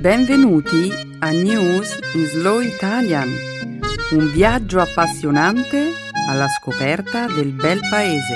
Benvenuti a News in Slow Italian, un viaggio appassionante alla scoperta del bel paese.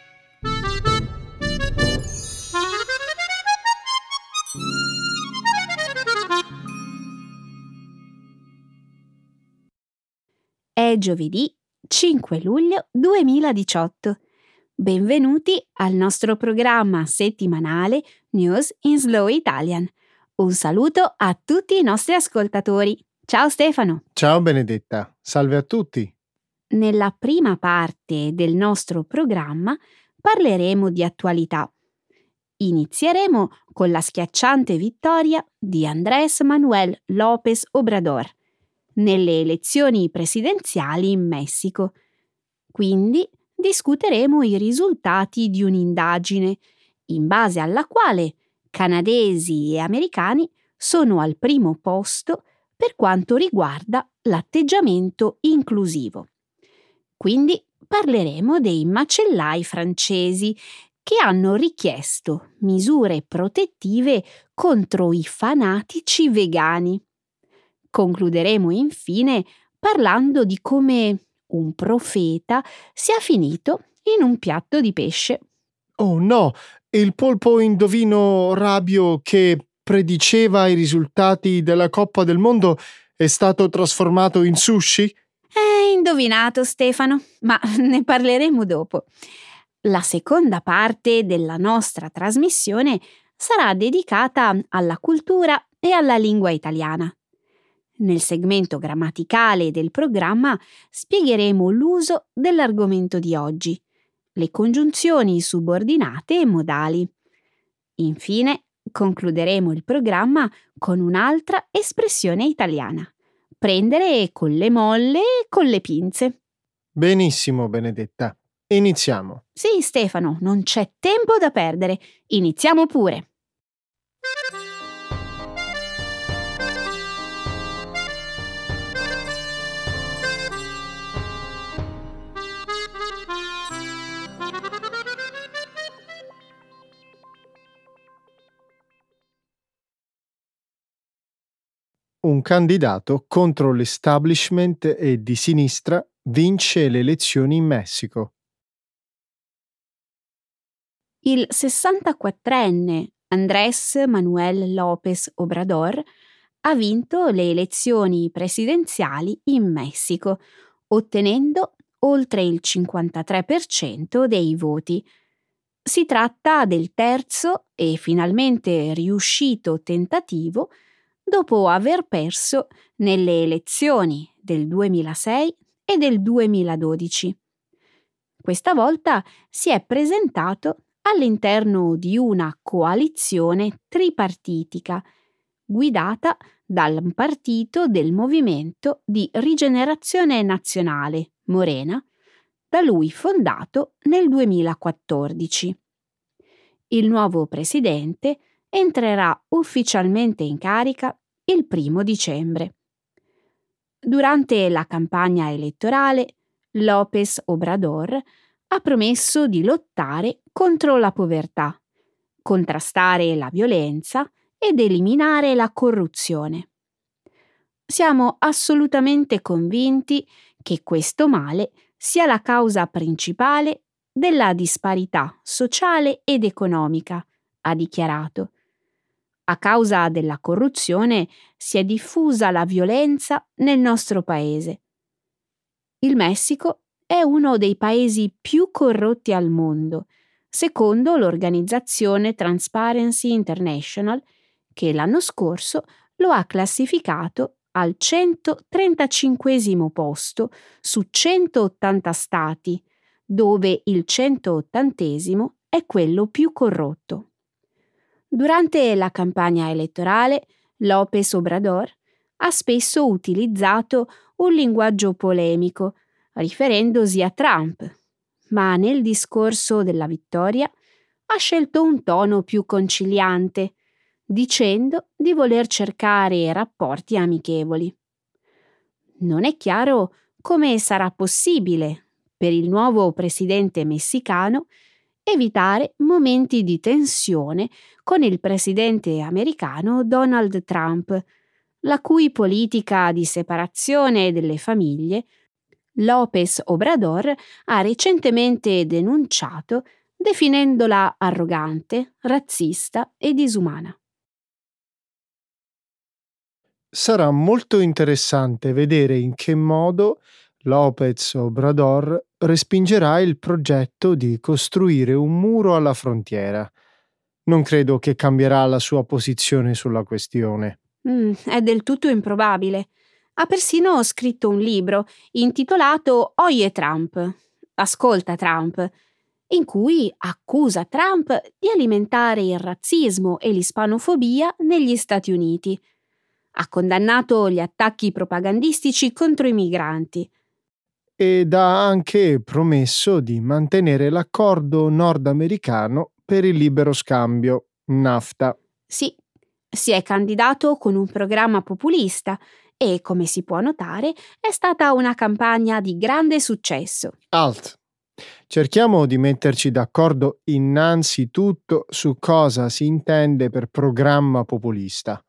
È giovedì 5 luglio 2018. Benvenuti al nostro programma settimanale News in Slow Italian. Un saluto a tutti i nostri ascoltatori. Ciao Stefano. Ciao Benedetta, salve a tutti. Nella prima parte del nostro programma parleremo di attualità. Inizieremo con la schiacciante vittoria di Andrés Manuel López Obrador nelle elezioni presidenziali in Messico. Quindi discuteremo i risultati di un'indagine, in base alla quale canadesi e americani sono al primo posto per quanto riguarda l'atteggiamento inclusivo. Quindi parleremo dei macellai francesi che hanno richiesto misure protettive contro i fanatici vegani. Concluderemo infine parlando di come un profeta sia finito in un piatto di pesce. Oh no, il polpo indovino Rabio che prediceva i risultati della Coppa del Mondo è stato trasformato in sushi? Indovinato Stefano, ma ne parleremo dopo. La seconda parte della nostra trasmissione sarà dedicata alla cultura e alla lingua italiana. Nel segmento grammaticale del programma spiegheremo l'uso dell'argomento di oggi, le congiunzioni subordinate e modali. Infine, concluderemo il programma con un'altra espressione italiana: prendere con le molle e con le pinze. Benissimo, Benedetta. Iniziamo. Sì, Stefano, non c'è tempo da perdere. Iniziamo pure. Un candidato contro l'establishment e di sinistra vince le elezioni in Messico. Il 64enne Andrés Manuel López Obrador ha vinto le elezioni presidenziali in Messico, ottenendo oltre il 53% dei voti. Si tratta del terzo e finalmente riuscito tentativo dopo aver perso nelle elezioni del 2006 e del 2012. Questa volta si è presentato all'interno di una coalizione tripartitica guidata dal Partito del Movimento di Rigenerazione Nazionale, Morena, da lui fondato nel 2014. Il nuovo presidente entrerà ufficialmente in carica il 1 dicembre. Durante la campagna elettorale, López Obrador ha promesso di lottare contro la povertà, contrastare la violenza ed eliminare la corruzione. Siamo assolutamente convinti che questo male sia la causa principale della disparità sociale ed economica, ha dichiarato. A causa della corruzione si è diffusa la violenza nel nostro paese. Il Messico è uno dei paesi più corrotti al mondo, secondo l'organizzazione Transparency International, che l'anno scorso lo ha classificato al 135° posto su 180 stati, dove il 180° è quello più corrotto. Durante la campagna elettorale, López Obrador ha spesso utilizzato un linguaggio polemico, riferendosi a Trump, ma nel discorso della vittoria ha scelto un tono più conciliante, dicendo di voler cercare rapporti amichevoli. Non è chiaro come sarà possibile per il nuovo presidente messicano evitare momenti di tensione con il presidente americano Donald Trump, la cui politica di separazione delle famiglie López Obrador ha recentemente denunciato, definendola arrogante, razzista e disumana. Sarà molto interessante vedere in che modo López Obrador respingerà il progetto di costruire un muro alla frontiera. Non credo che cambierà la sua posizione sulla questione. È del tutto improbabile. Ha persino scritto un libro intitolato Oye Trump, Ascolta Trump, in cui accusa Trump di alimentare il razzismo e l'ispanofobia negli Stati Uniti. Ha condannato gli attacchi propagandistici contro i migranti. Ed ha anche promesso di mantenere l'accordo nordamericano per il libero scambio, NAFTA. Sì, si è candidato con un programma populista e, come si può notare, è stata una campagna di grande successo. Alt. Cerchiamo di metterci d'accordo innanzitutto su cosa si intende per programma populista.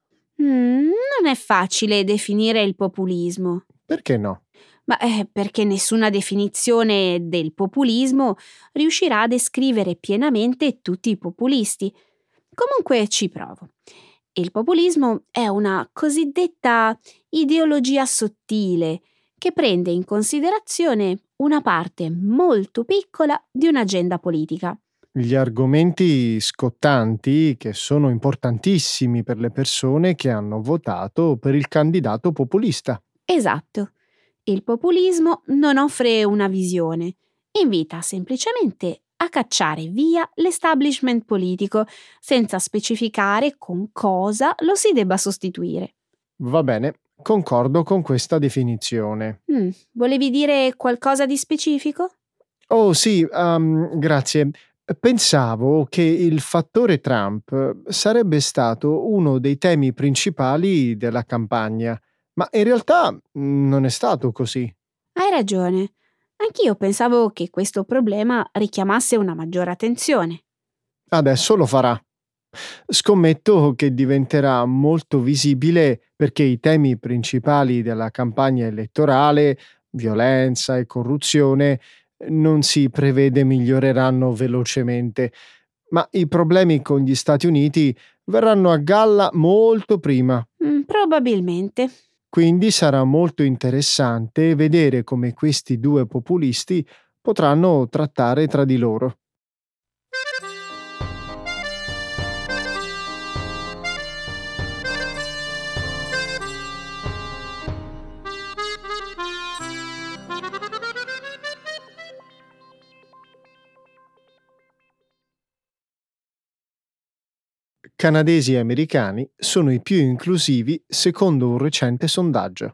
Non è facile definire il populismo. Perché no? Perché nessuna definizione del populismo riuscirà a descrivere pienamente tutti i populisti. Comunque ci provo. Il populismo è una cosiddetta ideologia sottile che prende in considerazione una parte molto piccola di un'agenda politica. Gli argomenti scottanti che sono importantissimi per le persone che hanno votato per il candidato populista. Esatto. Il populismo non offre una visione, invita semplicemente a cacciare via l'establishment politico, senza specificare con cosa lo si debba sostituire. Va bene, concordo con questa definizione. Volevi dire qualcosa di specifico? Oh sì, grazie. Pensavo che il fattore Trump sarebbe stato uno dei temi principali della campagna, ma in realtà non è stato così. Hai ragione. Anch'io pensavo che questo problema richiamasse una maggiore attenzione. Adesso lo farà. Scommetto che diventerà molto visibile perché i temi principali della campagna elettorale, violenza e corruzione, non si prevede miglioreranno velocemente, ma i problemi con gli Stati Uniti verranno a galla molto prima. Probabilmente. Quindi sarà molto interessante vedere come questi due populisti potranno trattare tra di loro. Canadesi e americani sono i più inclusivi secondo un recente sondaggio.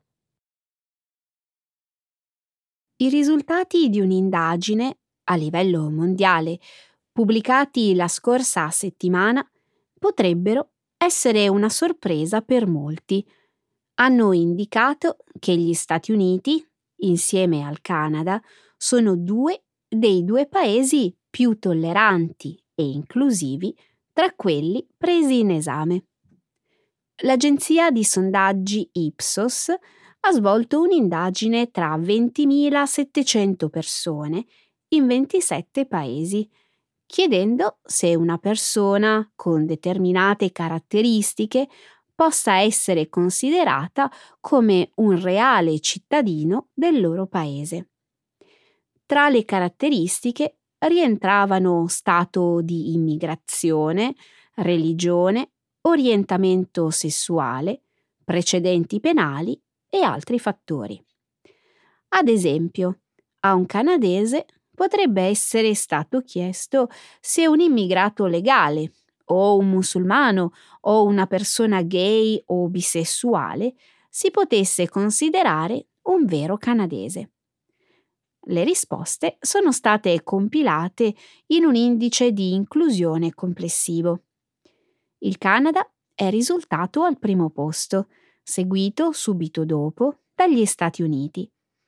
I risultati di un'indagine a livello mondiale, pubblicati la scorsa settimana, potrebbero essere una sorpresa per molti. Hanno indicato che gli Stati Uniti, insieme al Canada, sono due dei due paesi più tolleranti e inclusivi tra quelli presi in esame. L'agenzia di sondaggi Ipsos ha svolto un'indagine tra 20.700 persone in 27 paesi, chiedendo se una persona con determinate caratteristiche possa essere considerata come un reale cittadino del loro paese. Tra le caratteristiche rientravano stato di immigrazione, religione, orientamento sessuale, precedenti penali e altri fattori. Ad esempio, a un canadese potrebbe essere stato chiesto se un immigrato legale, o un musulmano, o una persona gay o bisessuale si potesse considerare un vero canadese. Le risposte sono state compilate in un indice di inclusione complessivo. Il Canada è risultato al primo posto, seguito subito dopo dagli Stati Uniti.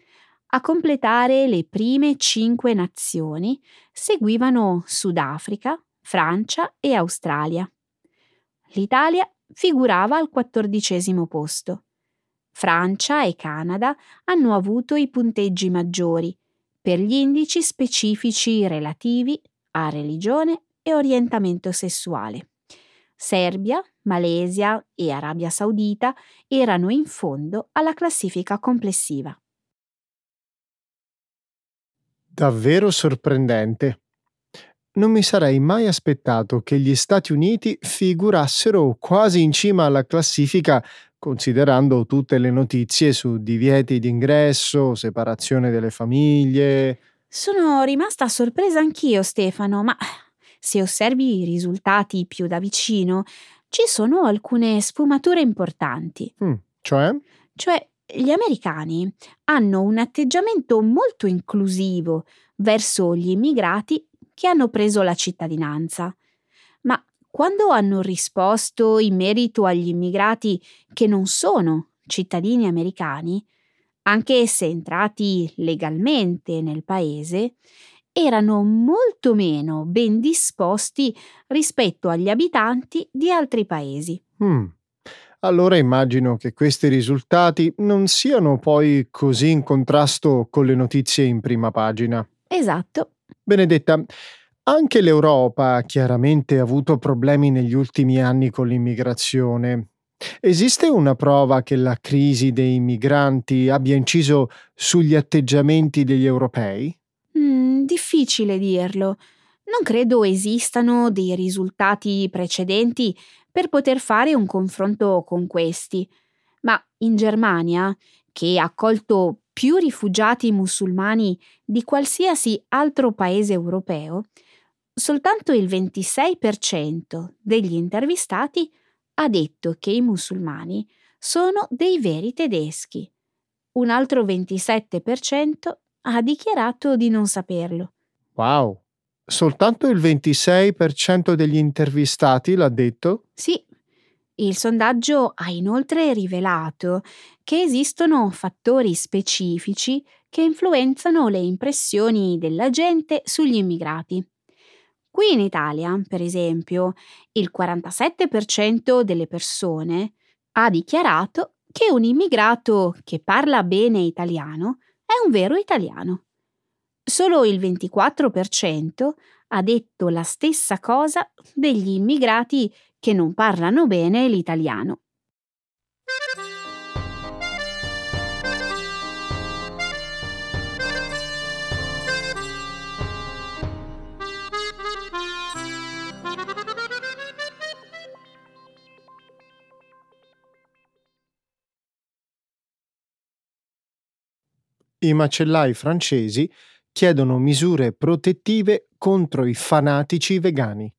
A completare le prime 5 nazioni seguivano Sudafrica, Francia e Australia. L'Italia figurava al 14° posto. Francia e Canada hanno avuto i punteggi maggiori per gli indici specifici relativi a religione e orientamento sessuale. Serbia, Malesia e Arabia Saudita erano in fondo alla classifica complessiva. Davvero sorprendente. Non mi sarei mai aspettato che gli Stati Uniti figurassero quasi in cima alla classifica, considerando tutte le notizie su divieti d'ingresso, separazione delle famiglie. Sono rimasta sorpresa anch'io, Stefano, ma se osservi i risultati più da vicino, ci sono alcune sfumature importanti. Cioè? Cioè, gli americani hanno un atteggiamento molto inclusivo verso gli immigrati che hanno preso la cittadinanza. Ma quando hanno risposto in merito agli immigrati che non sono cittadini americani, anche se entrati legalmente nel paese, erano molto meno ben disposti rispetto agli abitanti di altri paesi. Allora immagino che questi risultati non siano poi così in contrasto con le notizie in prima pagina. Esatto. Benedetta, anche l'Europa ha chiaramente avuto problemi negli ultimi anni con l'immigrazione. Esiste una prova che la crisi dei migranti abbia inciso sugli atteggiamenti degli europei? Difficile dirlo. Non credo esistano dei risultati precedenti per poter fare un confronto con questi. Ma in Germania, che ha accolto più rifugiati musulmani di qualsiasi altro paese europeo, soltanto il 26% degli intervistati ha detto che i musulmani sono dei veri tedeschi. Un altro 27% ha dichiarato di non saperlo. Wow! Soltanto il 26% degli intervistati l'ha detto? Sì, il sondaggio ha inoltre rivelato che esistono fattori specifici che influenzano le impressioni della gente sugli immigrati. Qui in Italia, per esempio, il 47% delle persone ha dichiarato che un immigrato che parla bene italiano è un vero italiano. Solo il 24% ha detto la stessa cosa degli immigrati che non parlano bene l'italiano. I macellai francesi chiedono misure protettive contro i fanatici vegani.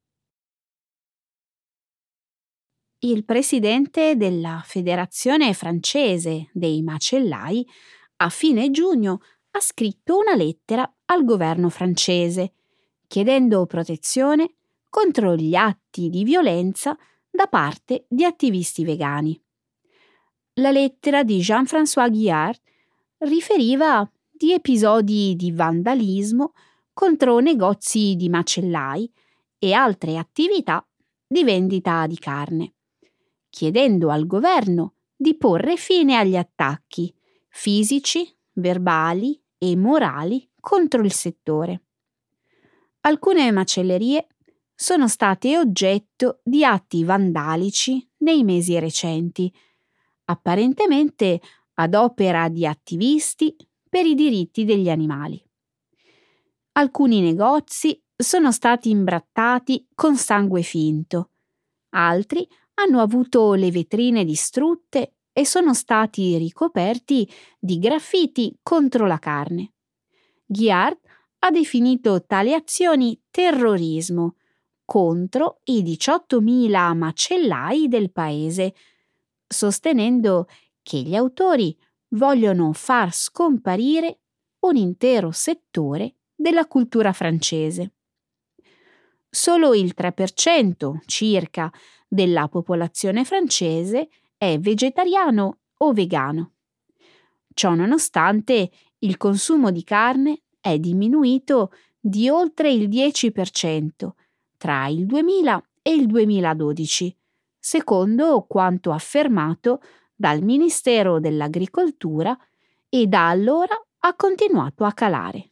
Il presidente della Federazione francese dei macellai a fine giugno ha scritto una lettera al governo francese chiedendo protezione contro gli atti di violenza da parte di attivisti vegani. La lettera di Jean-François Guillard riferiva di episodi di vandalismo contro negozi di macellai e altre attività di vendita di carne, chiedendo al governo di porre fine agli attacchi fisici, verbali e morali contro il settore. Alcune macellerie sono state oggetto di atti vandalici nei mesi recenti, apparentemente ad opera di attivisti per i diritti degli animali. Alcuni negozi sono stati imbrattati con sangue finto, altri hanno avuto le vetrine distrutte e sono stati ricoperti di graffiti contro la carne. Guillard ha definito tali azioni terrorismo contro i 18.000 macellai del paese, sostenendo che gli autori vogliono far scomparire un intero settore della cultura francese. Solo il 3% circa della popolazione francese è vegetariano o vegano. Ciò nonostante, Il consumo di carne è diminuito di oltre il 10% tra il 2000 e il 2012, secondo quanto affermato dal Ministero dell'Agricoltura, e da allora ha continuato a calare.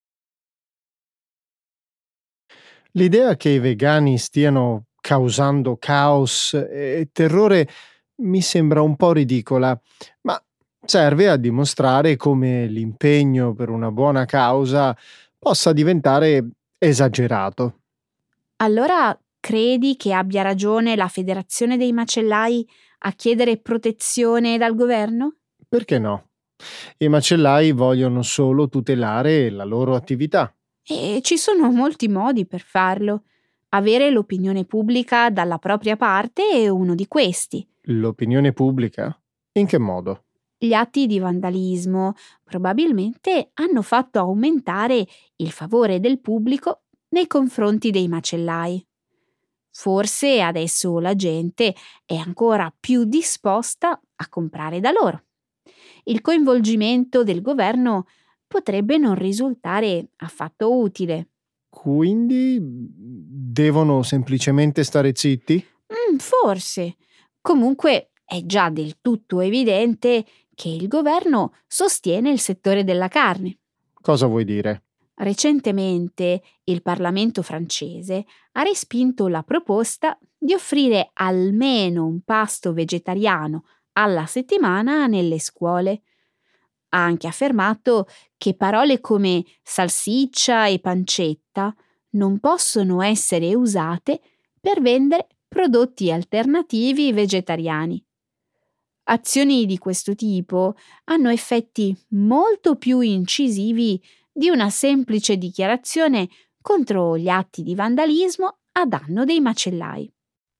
L'idea che i vegani stiano causando caos e terrore mi sembra un po' ridicola, ma serve a dimostrare come l'impegno per una buona causa possa diventare esagerato. Allora credi che abbia ragione la Federazione dei Macellai a chiedere protezione dal governo? Perché no? I macellai vogliono solo tutelare la loro attività. E ci sono molti modi per farlo. Avere l'opinione pubblica dalla propria parte è uno di questi. L'opinione pubblica? In che modo? Gli atti di vandalismo probabilmente hanno fatto aumentare il favore del pubblico nei confronti dei macellai. Forse adesso la gente è ancora più disposta a comprare da loro. Il coinvolgimento del governo potrebbe non risultare affatto utile. Quindi devono semplicemente stare zitti? Forse. Comunque è già del tutto evidente che il governo sostiene il settore della carne. Cosa vuoi dire? Recentemente il Parlamento francese ha respinto la proposta di offrire almeno un pasto vegetariano alla settimana nelle scuole. Ha anche affermato che parole come salsiccia e pancetta non possono essere usate per vendere prodotti alternativi vegetariani. Azioni di questo tipo hanno effetti molto più incisivi di una semplice dichiarazione contro gli atti di vandalismo a danno dei macellai.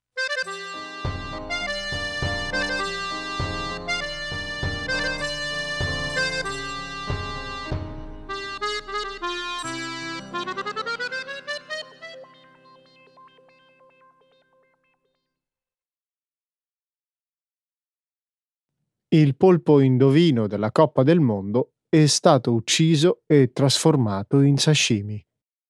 Il polpo indovino della Coppa del Mondo è stato ucciso e trasformato in sashimi.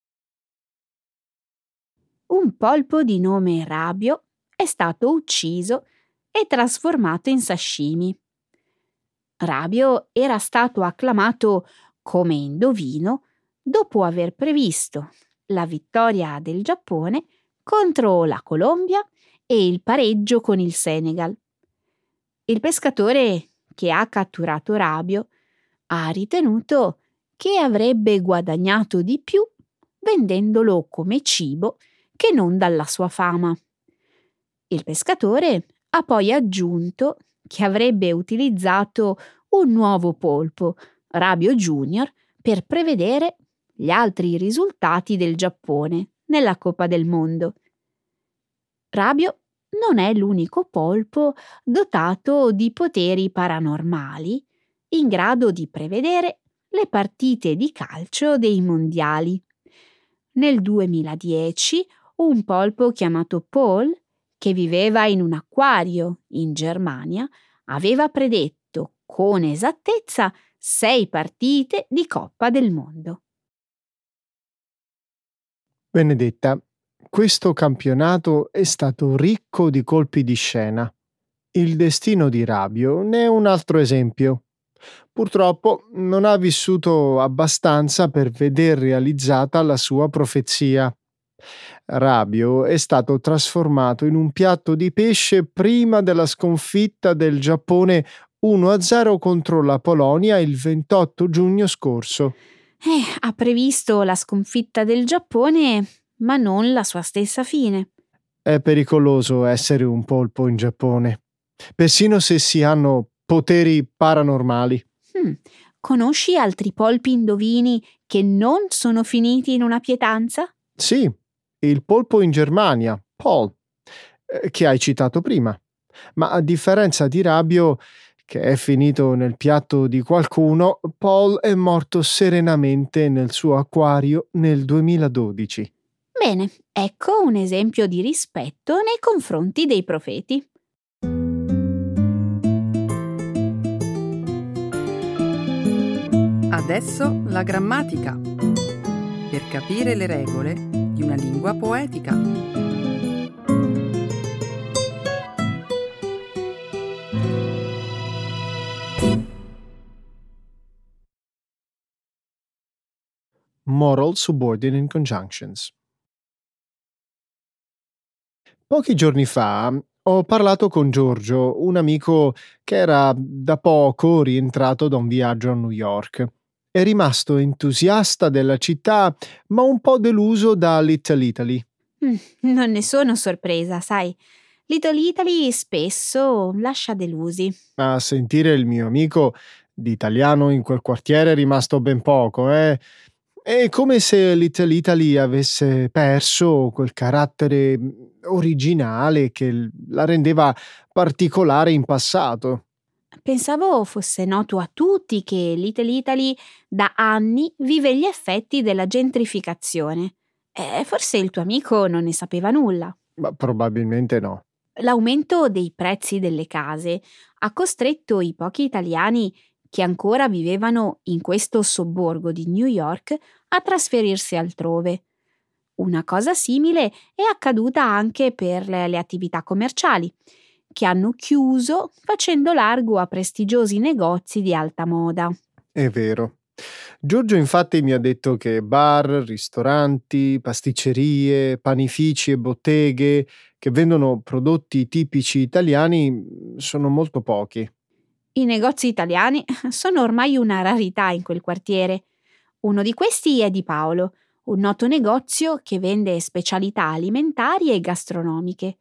Un polpo di nome Rabio è stato ucciso e trasformato in sashimi. Rabio era stato acclamato come indovino dopo aver previsto la vittoria del Giappone contro la Colombia e il pareggio con il Senegal. Il pescatore che ha catturato Rabio ha ritenuto che avrebbe guadagnato di più vendendolo come cibo che non dalla sua fama. Il pescatore ha poi aggiunto che avrebbe utilizzato un nuovo polpo, Rabio Junior, per prevedere gli altri risultati del Giappone nella Coppa del Mondo. Rabio non è l'unico polpo dotato di poteri paranormali in grado di prevedere le partite di calcio dei mondiali. Nel 2010 un polpo chiamato Paul, che viveva in un acquario in Germania, aveva predetto con esattezza 6 partite di Coppa del Mondo. Benedetta, questo campionato è stato ricco di colpi di scena. Il destino di Rabio ne è un altro esempio. Purtroppo non ha vissuto abbastanza per veder realizzata la sua profezia. Rabio è stato trasformato in un piatto di pesce prima della sconfitta del Giappone 1-0 contro la Polonia il 28 giugno scorso. Ha previsto la sconfitta del Giappone, ma non la sua stessa fine. È pericoloso essere un polpo in Giappone, persino se si hanno poteri paranormali. Conosci altri polpi indovini che non sono finiti in una pietanza? Sì, il polpo in Germania, Paul, che hai citato prima. Ma a differenza di Rabio, che è finito nel piatto di qualcuno, Paul è morto serenamente nel suo acquario nel 2012. Bene, ecco un esempio di rispetto nei confronti dei profeti. adesso la grammatica, per capire le regole di una lingua poetica. Moral subordinate conjunctions. Pochi giorni fa ho parlato con Giorgio, un amico che era da poco rientrato da un viaggio a New York. È rimasto entusiasta della città, ma un po' deluso da Little Italy. Non ne sono sorpresa, sai. Little Italy spesso lascia delusi. A sentire il mio amico, di italiano in quel quartiere è rimasto ben poco, eh? È come se Little Italy avesse perso quel carattere originale che la rendeva particolare in passato. Pensavo fosse noto a tutti che Little Italy da anni vive gli effetti della gentrificazione. Forse il tuo amico non ne sapeva nulla. Ma probabilmente no. L'aumento dei prezzi delle case ha costretto i pochi italiani che ancora vivevano in questo sobborgo di New York a trasferirsi altrove. Una cosa simile è accaduta anche per le attività commerciali, che hanno chiuso facendo largo a prestigiosi negozi di alta moda. È vero. Giorgio infatti mi ha detto che bar, ristoranti, pasticcerie, panifici e botteghe che vendono prodotti tipici italiani sono molto pochi. I negozi italiani sono ormai una rarità in quel quartiere. Uno di questi è di Paolo, un noto negozio che vende specialità alimentari e gastronomiche.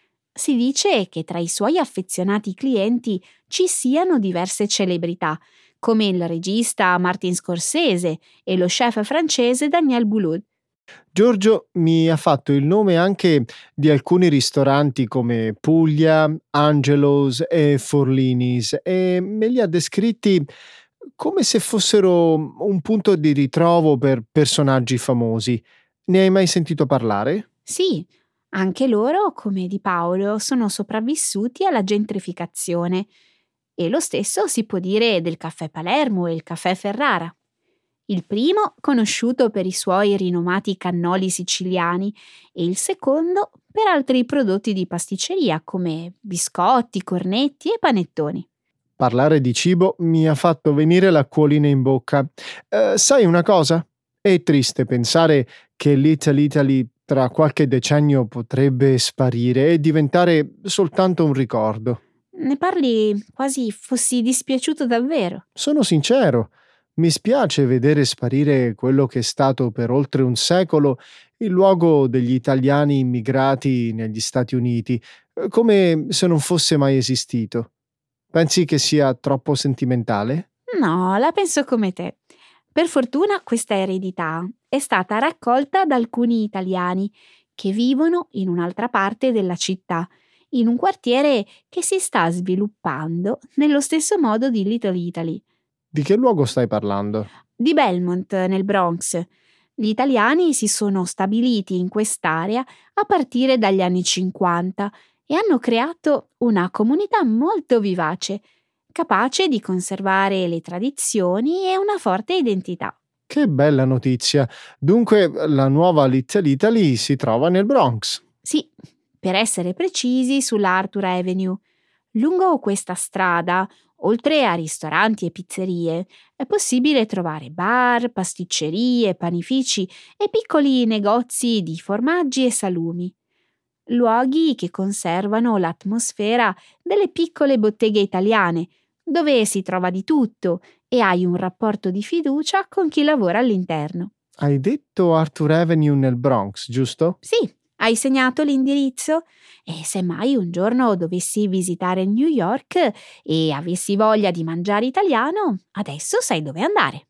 Si dice che tra i suoi affezionati clienti ci siano diverse celebrità, come il regista Martin Scorsese e lo chef francese Daniel Boulud. Giorgio mi ha fatto il nome anche di alcuni ristoranti come Puglia, Angelo's e Forlini's e me li ha descritti come se fossero un punto di ritrovo per personaggi famosi. Ne hai mai sentito parlare? Sì, anche loro, come di Paolo, sono sopravvissuti alla gentrificazione. E lo stesso si può dire del caffè Palermo e il caffè Ferrara. Il primo conosciuto per i suoi rinomati cannoli siciliani e il secondo per altri prodotti di pasticceria come biscotti, cornetti e panettoni. Parlare di cibo mi ha fatto venire l'acquolina in bocca. Sai una cosa? È triste pensare che Little Italy tra qualche decennio potrebbe sparire e diventare soltanto un ricordo. Ne parli quasi fossi dispiaciuto davvero. Sono sincero, mi spiace vedere sparire quello che è stato per oltre un secolo il luogo degli italiani immigrati negli Stati Uniti, come se non fosse mai esistito. Pensi che sia troppo sentimentale? No, la penso come te. Per fortuna questa eredità è stata raccolta da alcuni italiani che vivono in un'altra parte della città, in un quartiere che si sta sviluppando nello stesso modo di Little Italy. Di che luogo stai parlando? Di Belmont, nel Bronx. Gli italiani si sono stabiliti in quest'area a partire dagli anni 50 e hanno creato una comunità molto vivace, capace di conservare le tradizioni e una forte identità. Che bella notizia! Dunque la nuova Little Italy si trova nel Bronx. Sì, per essere precisi, sull'Arthur Avenue. Lungo questa strada, oltre a ristoranti e pizzerie, è possibile trovare bar, pasticcerie, panifici e piccoli negozi di formaggi e salumi. Luoghi che conservano l'atmosfera delle piccole botteghe italiane, dove si trova di tutto e hai un rapporto di fiducia con chi lavora all'interno. Hai detto Arthur Avenue nel Bronx, giusto? Sì, hai segnato l'indirizzo? E se mai un giorno dovessi visitare New York e avessi voglia di mangiare italiano, adesso sai dove andare.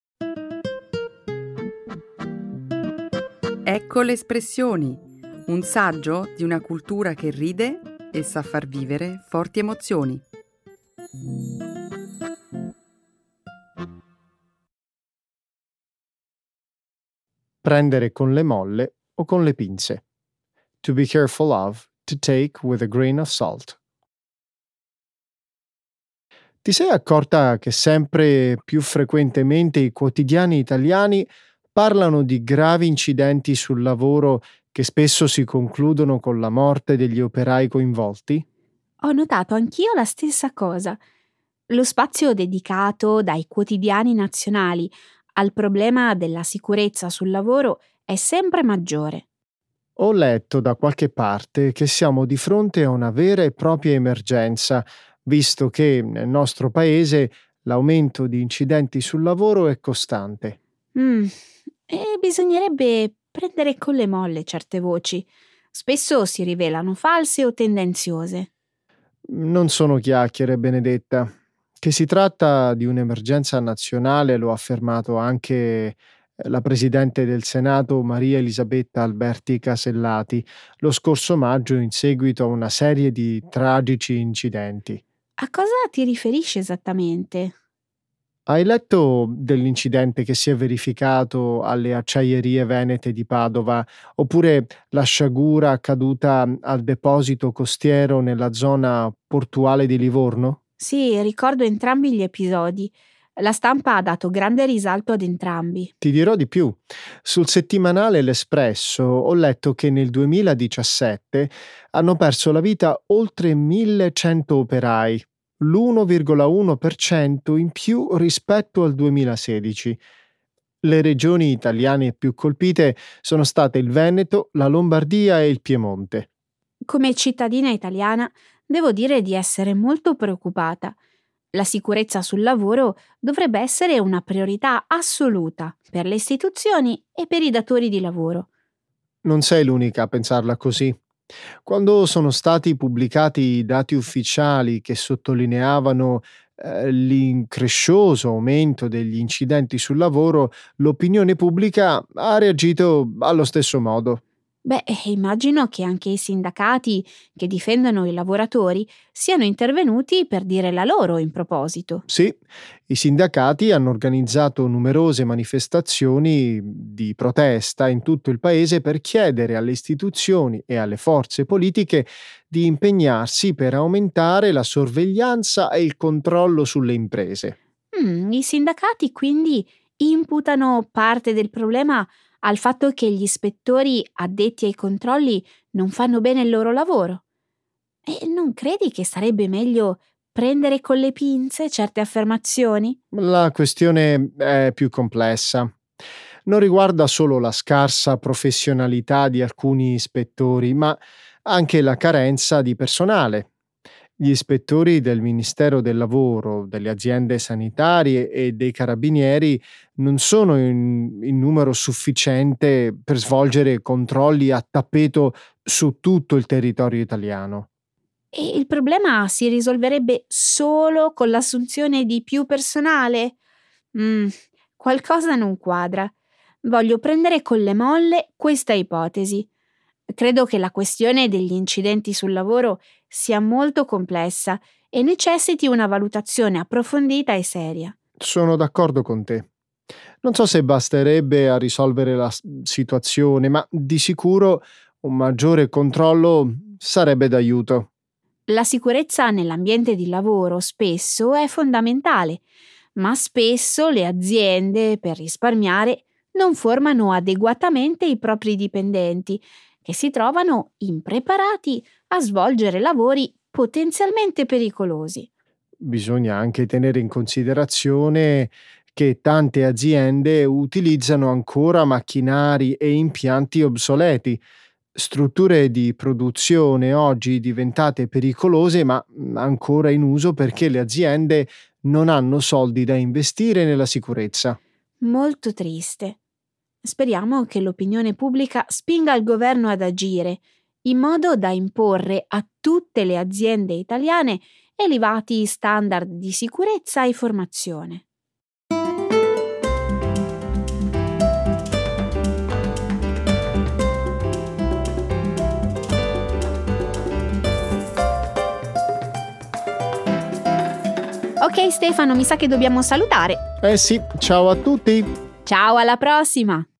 Ecco le espressioni, un saggio di una cultura che ride e sa far vivere forti emozioni. Prendere con le molle o con le pinze. To be careful of, to take with a grain of salt. Ti sei accorta che sempre più frequentemente i quotidiani italiani parlano di gravi incidenti sul lavoro che spesso si concludono con la morte degli operai coinvolti? Ho notato anch'io la stessa cosa. Lo spazio dedicato dai quotidiani nazionali al problema della sicurezza sul lavoro è sempre maggiore. Ho letto da qualche parte che siamo di fronte a una vera e propria emergenza, visto che nel nostro paese l'aumento di incidenti sul lavoro è costante. Mm, E bisognerebbe prendere con le molle certe voci. Spesso si rivelano false o tendenziose. Non sono chiacchiere, Benedetta. Che si tratta di un'emergenza nazionale lo ha affermato anche la Presidente del Senato Maria Elisabetta Alberti Casellati lo scorso maggio in seguito a una serie di tragici incidenti. A cosa ti riferisci esattamente? Hai letto dell'incidente che si è verificato alle acciaierie venete di Padova, oppure la sciagura accaduta al deposito costiero nella zona portuale di Livorno? Sì, ricordo entrambi gli episodi. La stampa ha dato grande risalto ad entrambi. Ti dirò di più. Sul settimanale L'Espresso ho letto che nel 2017 hanno perso la vita oltre 1100 operai, l'1,1% in più rispetto al 2016. Le regioni italiane più colpite sono state il Veneto, la Lombardia e il Piemonte. Come cittadina italiana, devo dire di essere molto preoccupata. La sicurezza sul lavoro dovrebbe essere una priorità assoluta per le istituzioni e per i datori di lavoro. Non sei l'unica a pensarla così. Quando sono stati pubblicati i dati ufficiali che sottolineavano l'increscioso aumento degli incidenti sul lavoro, l'opinione pubblica ha reagito allo stesso modo. Immagino che anche i sindacati che difendono i lavoratori siano intervenuti per dire la loro in proposito. Sì, i sindacati hanno organizzato numerose manifestazioni di protesta in tutto il paese per chiedere alle istituzioni e alle forze politiche di impegnarsi per aumentare la sorveglianza e il controllo sulle imprese. I sindacati quindi imputano parte del problema al fatto che gli ispettori addetti ai controlli non fanno bene il loro lavoro. E non credi che sarebbe meglio prendere con le pinze certe affermazioni? La questione è più complessa. Non riguarda solo la scarsa professionalità di alcuni ispettori, ma anche la carenza di personale. Gli ispettori del Ministero del Lavoro, delle aziende sanitarie e dei carabinieri non sono in numero sufficiente per svolgere controlli a tappeto su tutto il territorio italiano. E il problema si risolverebbe solo con l'assunzione di più personale? Mm, Qualcosa non quadra. Voglio prendere con le molle questa ipotesi. Credo che la questione degli incidenti sul lavoro sia molto complessa e necessiti una valutazione approfondita e seria. Sono d'accordo con te. Non so se basterebbe a risolvere la situazione, ma di sicuro un maggiore controllo sarebbe d'aiuto. La sicurezza nell'ambiente di lavoro spesso è fondamentale, ma spesso le aziende, per risparmiare, non formano adeguatamente i propri dipendenti, che si trovano impreparati a svolgere lavori potenzialmente pericolosi. Bisogna anche tenere in considerazione che tante aziende utilizzano ancora macchinari e impianti obsoleti, strutture di produzione oggi diventate pericolose ma ancora in uso perché le aziende non hanno soldi da investire nella sicurezza. Molto triste. Speriamo che l'opinione pubblica spinga il governo ad agire, in modo da imporre a tutte le aziende italiane elevati standard di sicurezza e formazione. Ok Stefano, mi sa che dobbiamo salutare. Eh sì, ciao a tutti! Ciao, alla prossima!